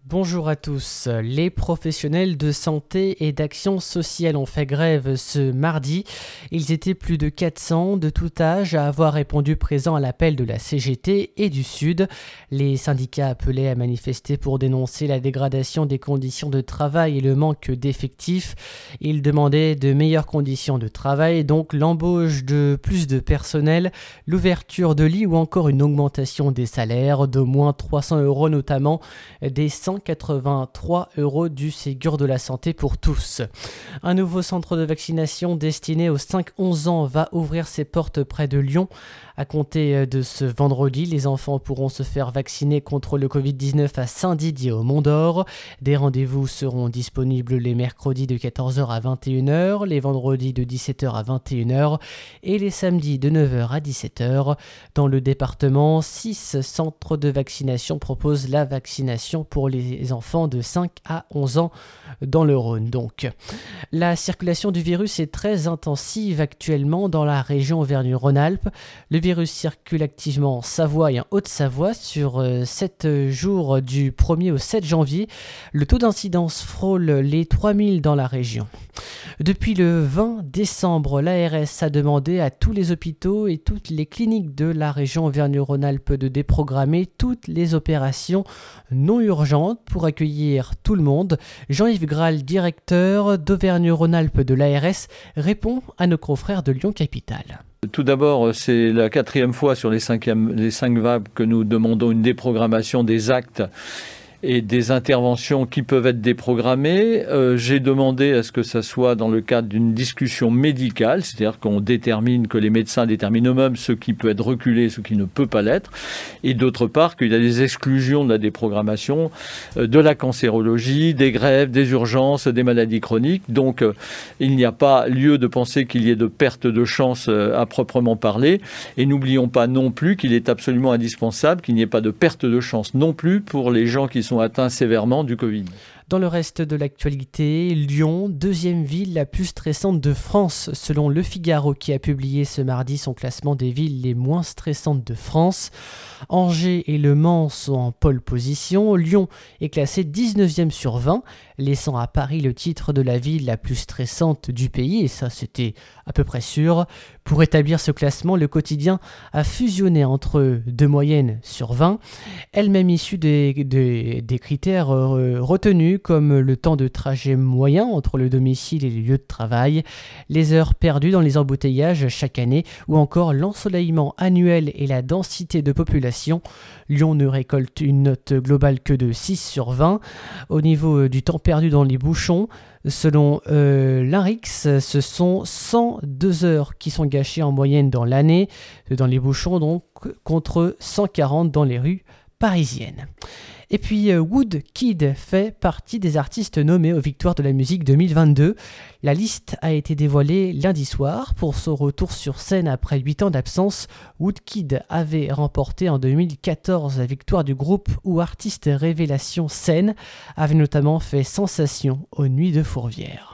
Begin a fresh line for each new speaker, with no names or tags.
Bonjour à tous. Les professionnels de santé et d'action sociale ont fait grève ce mardi. Ils étaient plus de 400 de tout âge à avoir répondu présent à l'appel de la CGT et du Sud. Les syndicats appelaient à manifester pour dénoncer la dégradation des conditions de travail et le manque d'effectifs. Ils demandaient de meilleures conditions de travail, donc l'embauche de plus de personnel, l'ouverture de lits ou encore une augmentation des salaires d'au moins 300 € notamment, des 183 € du Ségur de la santé pour tous. Un nouveau centre de vaccination destiné aux 5-11 ans va ouvrir ses portes près de Lyon. À compter de ce vendredi, les enfants pourront se faire vacciner contre le Covid-19 à Saint-Didier au Mont-d'Or. Des rendez-vous seront disponibles les mercredis de 14h à 21h, les vendredis de 17h à 21h et les samedis de 9h à 17h. Dans le département, 6 centres de vaccination proposent la vaccination pour les enfants de 5 à 11 ans dans le Rhône. Donc, la circulation du virus est très intensive actuellement dans la région Auvergne-Rhône-Alpes. Le virus circule activement en Savoie et en Haute-Savoie sur 7 jours du 1er au 7 janvier. Le taux d'incidence frôle les 3000 dans la région. Depuis le 20 décembre, l'ARS a demandé à tous les hôpitaux et toutes les cliniques de la région Auvergne-Rhône-Alpes de déprogrammer toutes les opérations non urgentes pour accueillir tout le monde. Jean-Yves Graal, directeur d'Auvergne-Rhône-Alpes de l'ARS, répond à nos confrères de Lyon-Capitale.
Tout d'abord, c'est la 4e fois sur les 5 vagues que nous demandons une déprogrammation des actes et des interventions qui peuvent être déprogrammées. J'ai demandé à ce que ça soit dans le cadre d'une discussion médicale, c'est-à-dire qu'on détermine, que les médecins déterminent eux-mêmes ce qui peut être reculé, ce qui ne peut pas l'être, et d'autre part qu'il y a des exclusions de la déprogrammation, de la cancérologie, des grèves, des urgences, des maladies chroniques. Donc il n'y a pas lieu de penser qu'il y ait de perte de chance à proprement parler, et n'oublions pas non plus qu'il est absolument indispensable qu'il n'y ait pas de perte de chance non plus pour les gens qui sont atteints sévèrement du Covid.
Dans le reste de l'actualité, Lyon, deuxième ville la plus stressante de France, selon Le Figaro qui a publié ce mardi son classement des villes les moins stressantes de France. Angers et Le Mans sont en pole position. Lyon est classé 19e sur 20, laissant à Paris le titre de la ville la plus stressante du pays, et ça c'était à peu près sûr. Pour établir ce classement, le quotidien a fusionné entre deux moyennes sur 20, elles-mêmes issues des critères retenus comme le temps de trajet moyen entre le domicile et les lieux de travail, les heures perdues dans les embouteillages chaque année ou encore l'ensoleillement annuel et la densité de population. Lyon ne récolte une note globale que de 6 sur 20. Au niveau du temps perdu dans les bouchons, selon l'INRIX, ce sont 102 heures qui sont gâchées en moyenne dans l'année, dans les bouchons donc, contre 140 dans les rues parisiennes. Et puis Woodkid fait partie des artistes nommés aux Victoires de la musique 2022. La liste a été dévoilée lundi soir. Pour son retour sur scène après 8 ans d'absence, Woodkid avait remporté en 2014 la victoire du groupe où artiste révélation scène avait notamment fait sensation aux Nuits de Fourvière.